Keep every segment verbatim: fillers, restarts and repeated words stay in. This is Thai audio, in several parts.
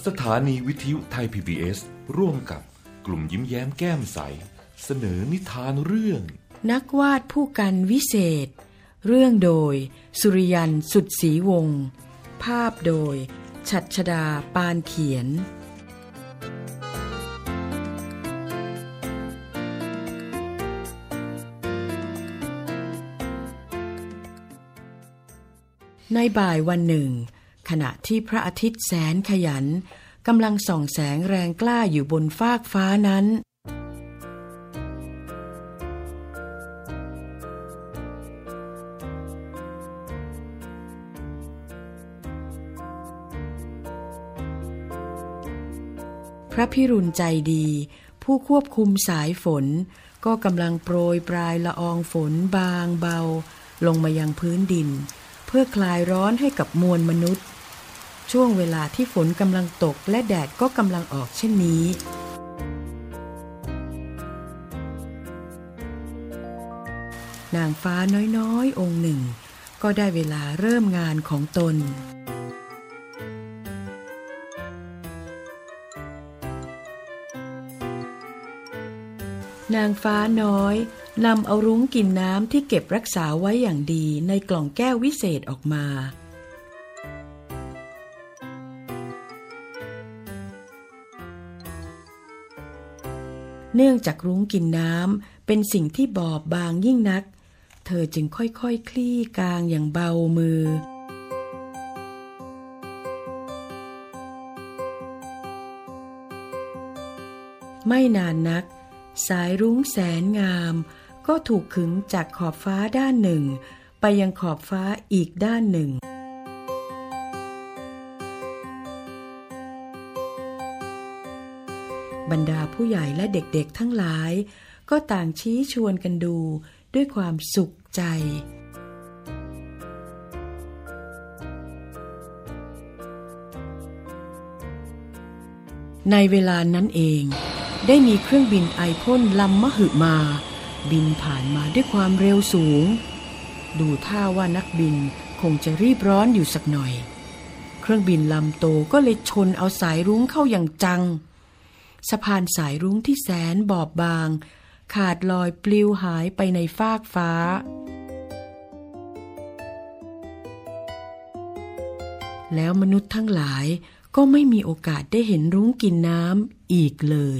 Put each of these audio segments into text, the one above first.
สถานีวิทยุไทย พี บี เอส ร่วมกับกลุ่มยิ้มแย้มแก้มใสเสนอนิทานเรื่องนักวาดผู้กันวิเศษเรื่องโดยสุริยันสุดศรีวงศ์ภาพโดยฉัตรชดาปานเขียนในบ่ายวันหนึ่งขณะที่พระอาทิตย์แสนขยันกำลังส่องแสงแรงกล้าอยู่บนฟากฟ้านั้นพระพิรุณใจดีผู้ควบคุมสายฝนก็กำลังโปรยปลายละอองฝนบางเบาลงมายังพื้นดินเพื่อคลายร้อนให้กับมวลมนุษย์ช่วงเวลาที่ฝนกำลังตกและแดดก็กำลังออกเช่นนี้นางฟ้าน้อยๆองค์หนึ่งก็ได้เวลาเริ่มงานของตนนางฟ้าน้อยนำเอารุ้งกินน้ำที่เก็บรักษาไว้อย่างดีในกล่องแก้ววิเศษออกมาเนื่องจากรุ้งกินน้ำเป็นสิ่งที่บอบบางยิ่งนักเธอจึงค่อยๆ ค, คลี่กางอย่างเบามือไม่นานนักสายรุ้งแสนงามก็ถูกขึงจากขอบฟ้าด้านหนึ่งไปยังขอบฟ้าอีกด้านหนึ่งบรรดาผู้ใหญ่และเด็กๆทั้งหลายก็ต่างชี้ชวนกันดูด้วยความสุขใจในเวลานั้นเองได้มีเครื่องบินไอพ่นลำมหึมาบินผ่านมาด้วยความเร็วสูงดูท่าว่านักบินคงจะรีบร้อนอยู่สักหน่อยเครื่องบินลำโตก็เลยชนเอาสายรุ้งเข้าอย่างจังสะพานสายรุ้งที่แสนบอบบางขาดลอยปลิวหายไปในฟากฟ้าแล้วมนุษย์ทั้งหลายก็ไม่มีโอกาสได้เห็นรุ้งกินน้ำอีกเลย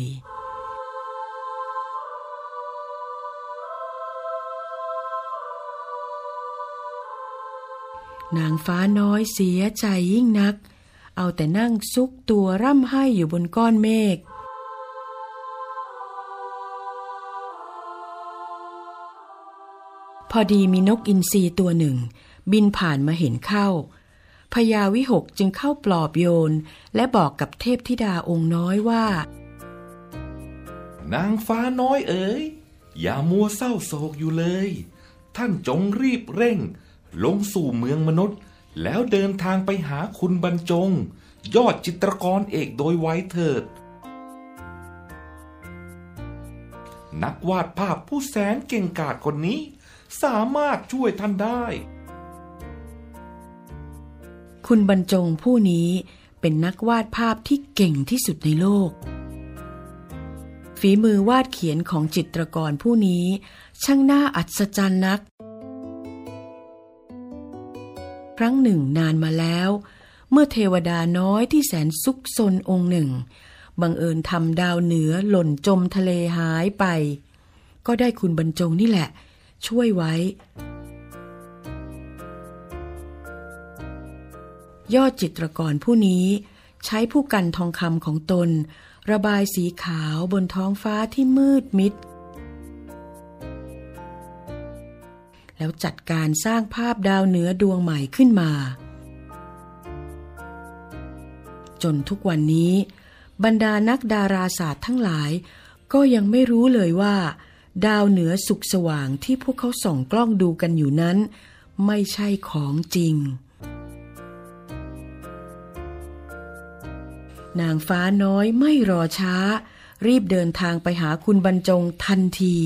นางฟ้าน้อยเสียใจยิ่งนักเอาแต่นั่งซุกตัวร่ำไห้อยู่บนก้อนเมฆพอดีมีนกอินทรีตัวหนึ่งบินผ่านมาเห็นเข้าพญาวิหกจึงเข้าปลอบโยนและบอกกับเทพธิดาองค์น้อยว่านางฟ้าน้อยเอ๋ยอย่ามัวเศร้าโศกอยู่เลยท่านจงรีบเร่งลงสู่เมืองมนุษย์แล้วเดินทางไปหาคุณบรรจงยอดจิตรกรเอกโดยไวเถิดนักวาดภาพผู้แสนเก่งกาจคนนี้สามารถช่วยท่านได้คุณบรรจงผู้นี้เป็นนักวาดภาพที่เก่งที่สุดในโลกฝีมือวาดเขียนของจิตรกรผู้นี้ช่างน่าอัศจรรย์นักครั้งหนึ่งนานมาแล้วเมื่อเทวดาน้อยที่แสนซุกซนองค์หนึ่งบังเอิญทำดาวเหนือหล่นจมทะเลหายไปก็ได้คุณบรรจงนี่แหละช่วยไว้ยอดจิตรกรผู้นี้ใช้ผู้กันทองคำของตนระบายสีขาวบนท้องฟ้าที่มืดมิดแล้วจัดการสร้างภาพดาวเหนือดวงใหม่ขึ้นมาจนทุกวันนี้บรรดานักดาราศาสตร์ทั้งหลายก็ยังไม่รู้เลยว่าดาวเหนือสุกสว่างที่พวกเขาส่องกล้องดูกันอยู่นั้นไม่ใช่ของจริงนางฟ้าน้อยไม่รอช้ารีบเดินทางไปหาคุณบรรจงทันที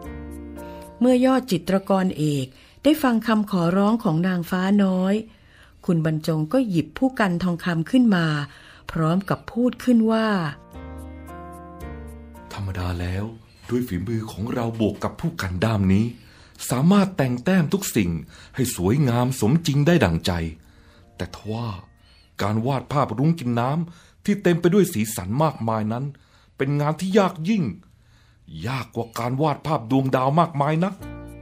เมื่อยอดจิตรกรเอกได้ฟังคำขอร้องของนางฟ้าน้อยคุณบรรจงก็หยิบผู้กันทองคำขึ้นมาพร้อมกับพูดขึ้นว่าธรรมดาแล้วด้วยฝีมือของเราบวกกับผู้กันด้ามนี้สามารถแต่งแต้มทุกสิ่งให้สวยงามสมจริงได้ดั่งใจแต่ทว่าการวาดภาพรุ้งกินน้ำที่เต็มไปด้วยสีสันมากมายนั้นเป็นงานที่ยากยิ่งยากกว่าการวาดภาพดวงดาวมากมายนัก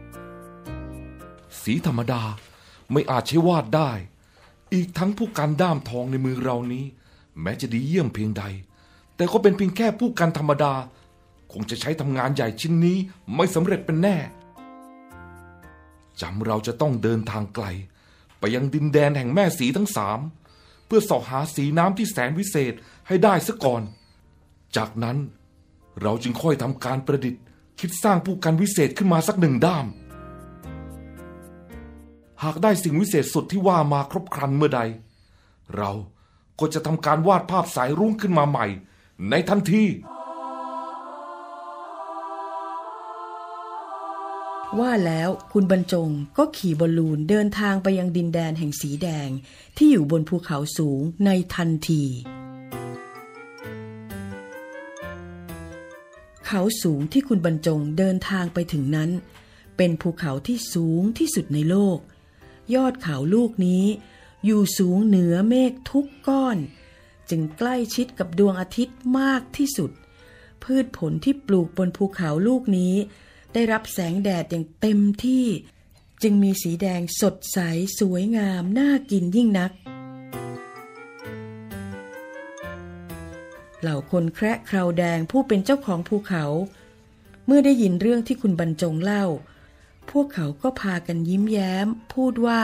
สีธรรมดาไม่อาจใช้วาดได้อีกทั้งผู้กันด้ามทองในมือเรานี้แม้จะดีเยี่ยมเพียงใดแต่ก็เป็นเพียงแค่ผู้กันธรรมดาคงจะใช้ทำงานใหญ่ชิ้นนี้ไม่สำเร็จเป็นแน่จำเราจะต้องเดินทางไกลไปยังดินแดนแห่งแม่สีทั้งสามเพื่อเสาะหาสีน้ำที่แสนวิเศษให้ได้ซะก่อนจากนั้นเราจึงค่อยทำการประดิษฐ์คิดสร้างผู้กันวิเศษขึ้นมาสักหนึ่งด้ามหากได้สิ่งวิเศษสุดที่ว่ามาครบครันเมื่อใดเราก็จะทำการวาดภาพสายรุ้งขึ้นมาใหม่ในทันทีว่าแล้วคุณบรรจงก็ขี่บอลลูนเดินทางไปยังดินแดนแห่งสีแดงที่อยู่บนภูเขาสูงในทันทีเขาสูงที่คุณบรรจงเดินทางไปถึงนั้นเป็นภูเขาที่สูงที่สุดในโลกยอดเขาลูกนี้อยู่สูงเหนือเมฆทุกก้อนจึงใกล้ชิดกับดวงอาทิตย์มากที่สุดพืชผลที่ปลูกบนภูเขาลูกนี้ได้รับแสงแดดอย่างเต็มที่จึงมีสีแดงสดใสสวยงามน่ากินยิ่งนักเหล่าคนแคระเคราแดงผู้เป็นเจ้าของภูเขาเมื่อได้ยินเรื่องที่คุณบรรจงเล่าพวกเขาก็พากันยิ้มแย้มพูดว่า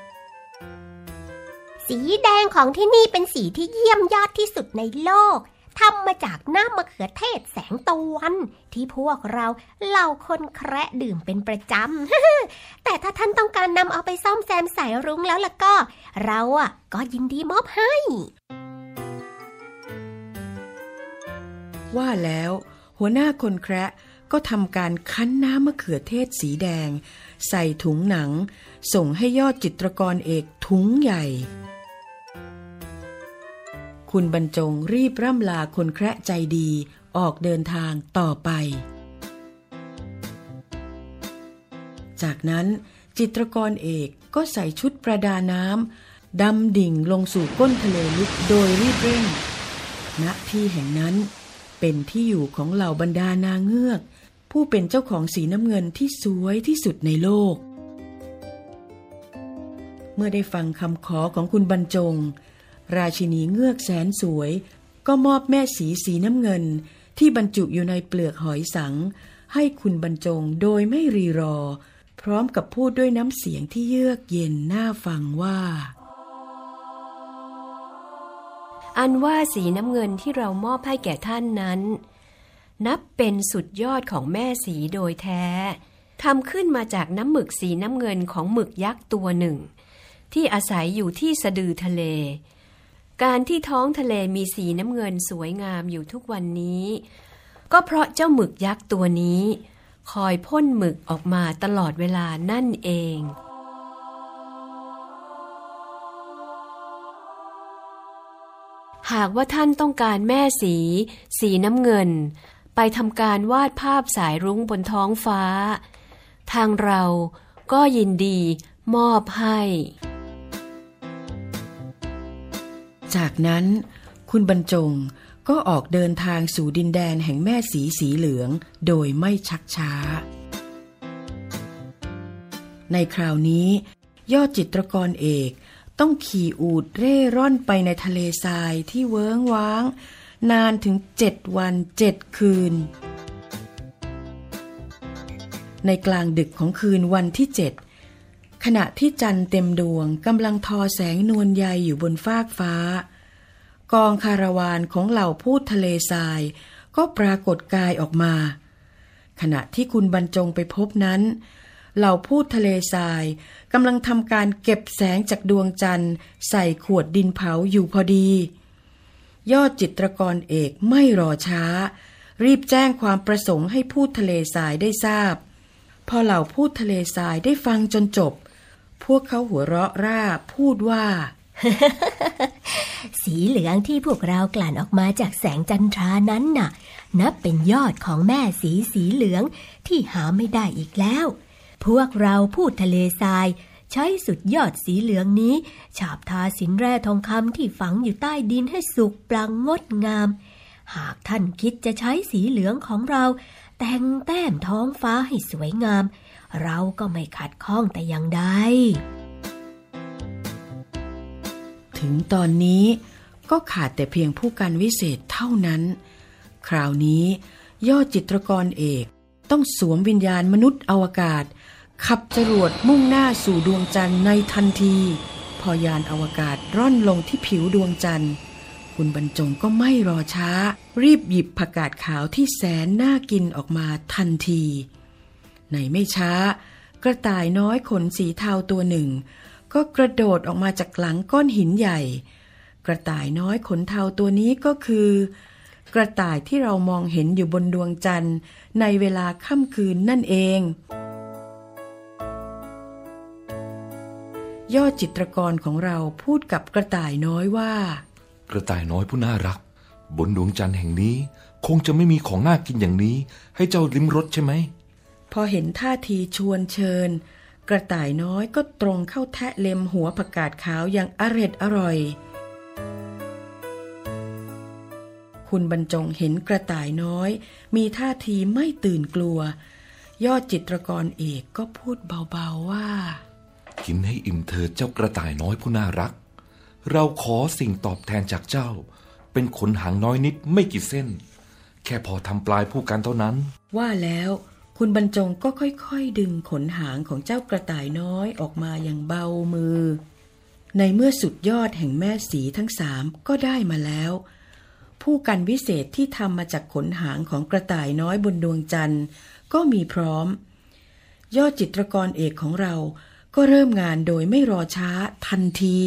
สีแดงของที่นี่เป็นสีที่เยี่ยมยอดที่สุดในโลกทำมาจากน้ำมะเขือเทศแสงตะวันที่พวกเราเหล่าคนแคระดื่มเป็นประจำ แต่ถ้าท่านต้องการนำเอาไปซ่อมแซมสายรุ้งแล้วล่ะก็เราอ่ะก็ยินดีมอบให้ว่าแล้วหัวหน้าคนแคระก็ทำการคั้นน้ำมะเขือเทศสีแดงใส่ถุงหนังส่งให้ยอดจิตรกรเอกถุงใหญ่คุณบรรจงรีบร่ำลาคนแคระใจดีออกเดินทางต่อไปจากนั้นจิตรกรเอกก็ใส่ชุดประดาน้ำดำดิ่งลงสู่ก้นทะเลลึกโดยรีบเร่งณที่แห่งนั้นเป็นที่อยู่ของเหล่าบรรดานางเงือกผู้เป็นเจ้าของสีน้ำเงินที่สวยที่สุดในโลกเมื่อได้ฟังคำขอของคุณบรรจงราชินีเงือกแสนสวยก็มอบแม่สีสีน้ำเงินที่บรรจุอยู่ในเปลือกหอยสังให้คุณบรรจงโดยไม่รีรอพร้อมกับพูดด้วยน้ำเสียงที่เยือกเย็นน่าฟังว่าอันว่าสีน้ำเงินที่เรามอบให้แก่ท่านนั้นนับเป็นสุดยอดของแม่สีโดยแท้ทำขึ้นมาจากน้ำหมึกสีน้ำเงินของหมึกยักษ์ตัวหนึ่งที่อาศัยอยู่ที่สะดือทะเลการที่ท้องทะเลมีสีน้ำเงินสวยงามอยู่ทุกวันนี้ก็เพราะเจ้าหมึกยักษ์ตัวนี้คอยพ่นหมึกออกมาตลอดเวลานั่นเองหากว่าท่านต้องการแม่สีสีน้ำเงินไปทำการวาดภาพสายรุ้งบนท้องฟ้าทางเราก็ยินดีมอบให้จากนั้นคุณบรรจงก็ออกเดินทางสู่ดินแดนแห่งแม่สีสีเหลืองโดยไม่ชักช้าในคราวนี้ยอดจิตรกรเอกต้องขี่อูฐเร่ร่อนไปในทะเลทรายที่เวิ้งว้างนานถึงเจ็ดวันเจ็ดคืนในกลางดึกของคืนวันที่เจ็ดขณะที่จันทร์เต็มดวงกำลังทอแสงนวลใยอยู่บนฟากฟ้ากองคาราวานของเหล่าพูดทะเลทรายก็ปรากฏกายออกมาขณะที่คุณบรรจงไปพบนั้นเหล่าพูดทะเลทรายกำลังทำการเก็บแสงจากดวงจันทร์ใส่ขวดดินเผาอยู่พอดียอดจิตรกรเอกไม่รอช้ารีบแจ้งความประสงค์ให้พูดทะเลทรายได้ทราบพอเหล่าพูดทะเลทรายได้ฟังจนจบพวกเขาหัวเราะร่าพูดว่าสีเหลืองที่พวกเรากลั่นออกมาจากแสงจันทรานั้นน่ะนับเป็นยอดของแม่สีสีเหลืองที่หาไม่ได้อีกแล้วพวกเราพูดทะเลทรายใช้สุดยอดสีเหลืองนี้ฉาบทาสินแร่ทองคำที่ฝังอยู่ใต้ดินให้สุกปลังงดงามหากท่านคิดจะใช้สีเหลืองของเราแต่งแต้มท้องฟ้าให้สวยงามเราก็ไม่ขัดข้องแต่อย่างใดถึงตอนนี้ก็ขาดแต่เพียงผู้กันวิเศษเท่านั้นคราวนี้ยอดจิตรกรเอกต้องสวมวิญญาณมนุษย์อวกาศขับจรวดมุ่งหน้าสู่ดวงจันทร์ในทันทีพอยานอวกาศร่อนลงที่ผิวดวงจันทร์คุณบรรจงก็ไม่รอช้ารีบหยิบผักกาดขาวที่แสนน่ากินออกมาทันทีในไม่ช้ากระต่ายน้อยขนสีเทาตัวหนึ่งก็กระโดดออกมาจากหลังก้อนหินใหญ่กระต่ายน้อยขนเทาตัวนี้ก็คือกระต่ายที่เรามองเห็นอยู่บนดวงจันทร์ในเวลาค่ำคืนนั่นเองยอดจิตรกรของเราพูดกับกระต่ายน้อยว่ากระต่ายน้อยผู้น่ารักบนดวงจันทร์แห่งนี้คงจะไม่มีของน่ากินอย่างนี้ให้เจ้าลิ้มรสใช่ไหมพอเห็นท่าทีชวนเชิญกระต่ายน้อยก็ตรงเข้าแทะเล็มหัวผักกาดขาวอย่างอร็ดอร่อยคุณบรรจงเห็นกระต่ายน้อยมีท่าทีไม่ตื่นกลัวยอดจิตรกรเอกก็พูดเบาๆว่ากินให้อิ่มเถิดเจ้ากระต่ายน้อยผู้น่ารักเราขอสิ่งตอบแทนจากเจ้าเป็นขนหางน้อยนิดไม่กี่เส้นแค่พอทำปลายผู้กันเท่านั้นว่าแล้วคุณบรรจงก็ค่อยๆดึงขนหางของเจ้ากระต่ายน้อยออกมาอย่างเบามือในเมื่อสุดยอดแห่งแม่สีทั้งสามก็ได้มาแล้วผู้กันวิเศษที่ทำมาจากขนหางของกระต่ายน้อยบนดวงจันทร์ก็มีพร้อมยอดจิตรกรเอกของเราก็เริ่มงานโดยไม่รอช้าทันที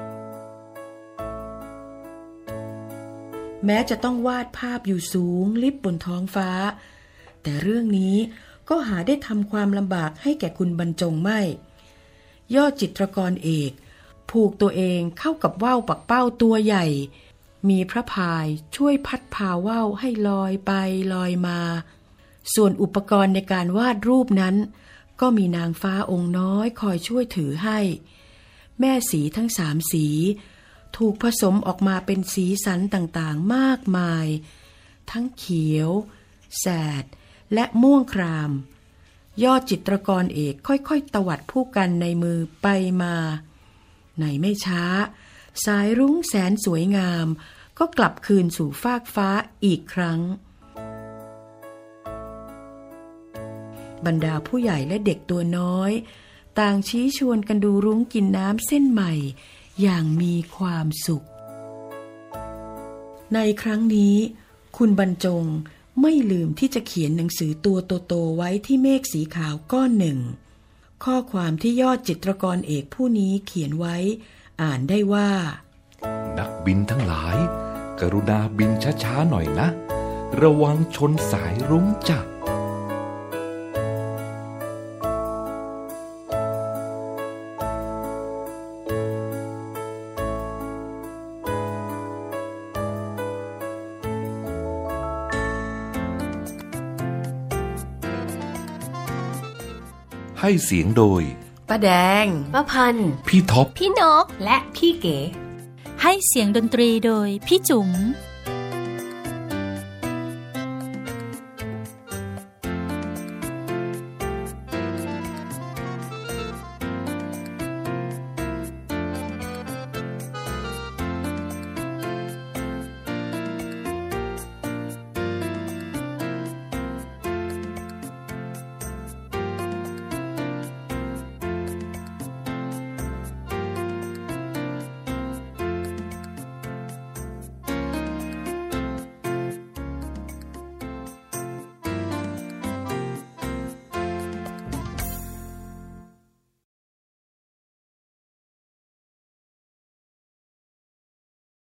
แม้จะต้องวาดภาพอยู่สูงลิบบนท้องฟ้าแต่เรื่องนี้ก็หาได้ทำความลำบากให้แก่คุณบรรจงไม่ยอดจิตรกรเอกผูกตัวเองเข้ากับว่าวปักเป้าตัวใหญ่มีพระพายช่วยพัดพาว่าวให้ลอยไปลอยมาส่วนอุปกรณ์ในการวาดรูปนั้นก็มีนางฟ้าองค์น้อยคอยช่วยถือให้แม่สีทั้งสามสีถูกผสมออกมาเป็นสีสันต่างๆมากมายทั้งเขียวแสดและม่วงครามยอดจิตรกรเอกค่อยๆตวัดผู้กันในมือไปมาในไม่ช้าสายรุ้งแสนสวยงามก็กลับคืนสู่ฟากฟ้าอีกครั้งบรรดาผู้ใหญ่และเด็กตัวน้อยต่างชี้ชวนกันดูรุ้งกินน้ำเส้นใหม่อย่างมีความสุขในครั้งนี้คุณบรรจงไม่ลืมที่จะเขียนหนังสือตัวโตๆไว้ที่เมฆสีขาวก้อนหนึ่งข้อความที่ยอดจิตรกรเอกผู้นี้เขียนไว้อ่านได้ว่านักบินทั้งหลายกรุณาบินช้าๆหน่อยนะระวังชนสายรุ้งจ้ะให้เสียงโดยป้าแดงป้าพันพี่ท็อปพี่นกและพี่เก๋ให้เสียงดนตรีโดยพี่จุ๋ม